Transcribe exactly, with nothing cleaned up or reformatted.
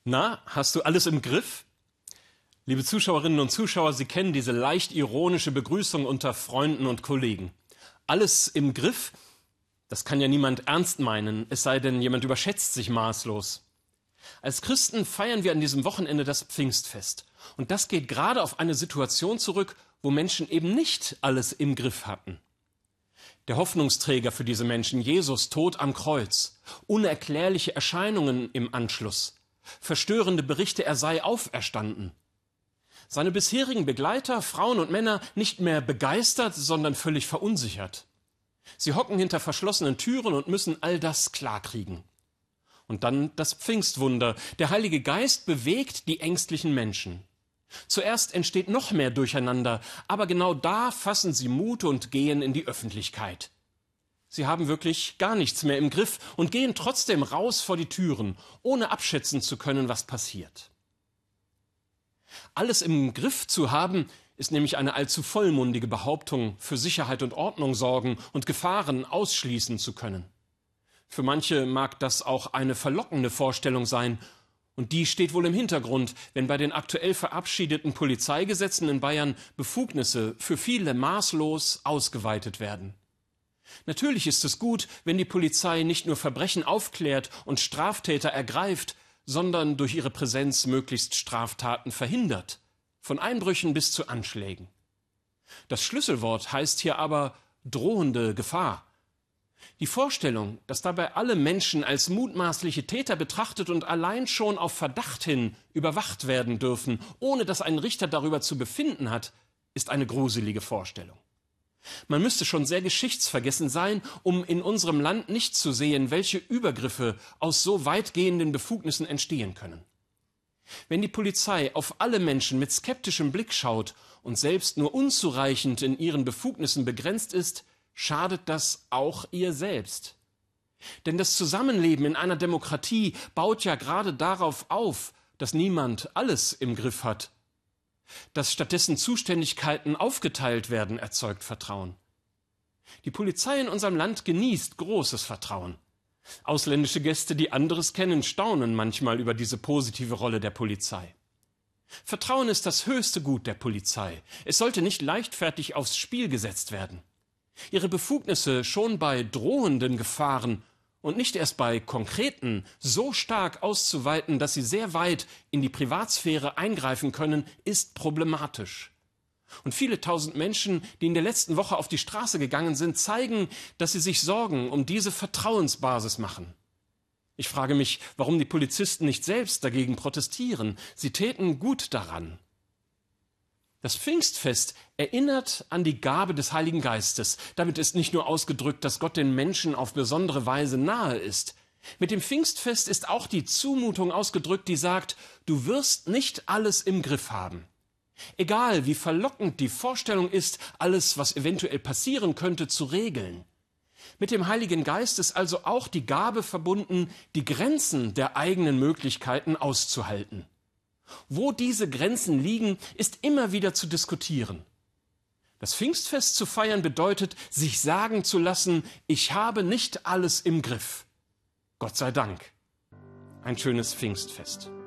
Na, hast du alles im Griff? Liebe Zuschauerinnen und Zuschauer, Sie kennen diese leicht ironische Begrüßung unter Freunden und Kollegen. Alles im Griff? Das kann ja niemand ernst meinen, es sei denn, jemand überschätzt sich maßlos. Als Christen feiern wir an diesem Wochenende das Pfingstfest. Und das geht gerade auf eine Situation zurück, wo Menschen eben nicht alles im Griff hatten. Der Hoffnungsträger für diese Menschen, Jesus, tot am Kreuz, unerklärliche Erscheinungen im Anschluss, verstörende Berichte, er sei auferstanden. Seine bisherigen Begleiter, Frauen und Männer, nicht mehr begeistert, sondern völlig verunsichert. Sie hocken hinter verschlossenen Türen und müssen all das klarkriegen. Und dann das Pfingstwunder. Der Heilige Geist bewegt die ängstlichen Menschen. Zuerst entsteht noch mehr Durcheinander, aber genau da fassen sie Mut und gehen in die Öffentlichkeit. Sie haben wirklich gar nichts mehr im Griff und gehen trotzdem raus vor die Türen, ohne abschätzen zu können, was passiert. Alles im Griff zu haben, ist nämlich eine allzu vollmundige Behauptung, für Sicherheit und Ordnung sorgen und Gefahren ausschließen zu können. Für manche mag das auch eine verlockende Vorstellung sein, und die steht wohl im Hintergrund, wenn bei den aktuell verabschiedeten Polizeigesetzen in Bayern Befugnisse für viele maßlos ausgeweitet werden. Natürlich ist es gut, wenn die Polizei nicht nur Verbrechen aufklärt und Straftäter ergreift, sondern durch ihre Präsenz möglichst Straftaten verhindert, von Einbrüchen bis zu Anschlägen. Das Schlüsselwort heißt hier aber drohende Gefahr. Die Vorstellung, dass dabei alle Menschen als mutmaßliche Täter betrachtet und allein schon auf Verdacht hin überwacht werden dürfen, ohne dass ein Richter darüber zu befinden hat, ist eine gruselige Vorstellung. Man müsste schon sehr geschichtsvergessen sein, um in unserem Land nicht zu sehen, welche Übergriffe aus so weitgehenden Befugnissen entstehen können. Wenn die Polizei auf alle Menschen mit skeptischem Blick schaut und selbst nur unzureichend in ihren Befugnissen begrenzt ist, schadet das auch ihr selbst. Denn das Zusammenleben in einer Demokratie baut ja gerade darauf auf, dass niemand alles im Griff hat. Dass stattdessen Zuständigkeiten aufgeteilt werden, erzeugt Vertrauen. Die Polizei in unserem Land genießt großes Vertrauen. Ausländische Gäste, die anderes kennen, staunen manchmal über diese positive Rolle der Polizei. Vertrauen ist das höchste Gut der Polizei. Es sollte nicht leichtfertig aufs Spiel gesetzt werden. Ihre Befugnisse schon bei drohenden Gefahren und nicht erst bei konkreten so stark auszuweiten, dass sie sehr weit in die Privatsphäre eingreifen können, ist problematisch. Und viele tausend Menschen, die in der letzten Woche auf die Straße gegangen sind, zeigen, dass sie sich Sorgen um diese Vertrauensbasis machen. Ich frage mich, warum die Polizisten nicht selbst dagegen protestieren. Sie täten gut daran. Das Pfingstfest erinnert an die Gabe des Heiligen Geistes. Damit ist nicht nur ausgedrückt, dass Gott den Menschen auf besondere Weise nahe ist. Mit dem Pfingstfest ist auch die Zumutung ausgedrückt, die sagt, du wirst nicht alles im Griff haben. Egal, wie verlockend die Vorstellung ist, alles, was eventuell passieren könnte, zu regeln. Mit dem Heiligen Geist ist also auch die Gabe verbunden, die Grenzen der eigenen Möglichkeiten auszuhalten. Wo diese Grenzen liegen, ist immer wieder zu diskutieren. Das Pfingstfest zu feiern bedeutet, sich sagen zu lassen, ich habe nicht alles im Griff. Gott sei Dank. Ein schönes Pfingstfest.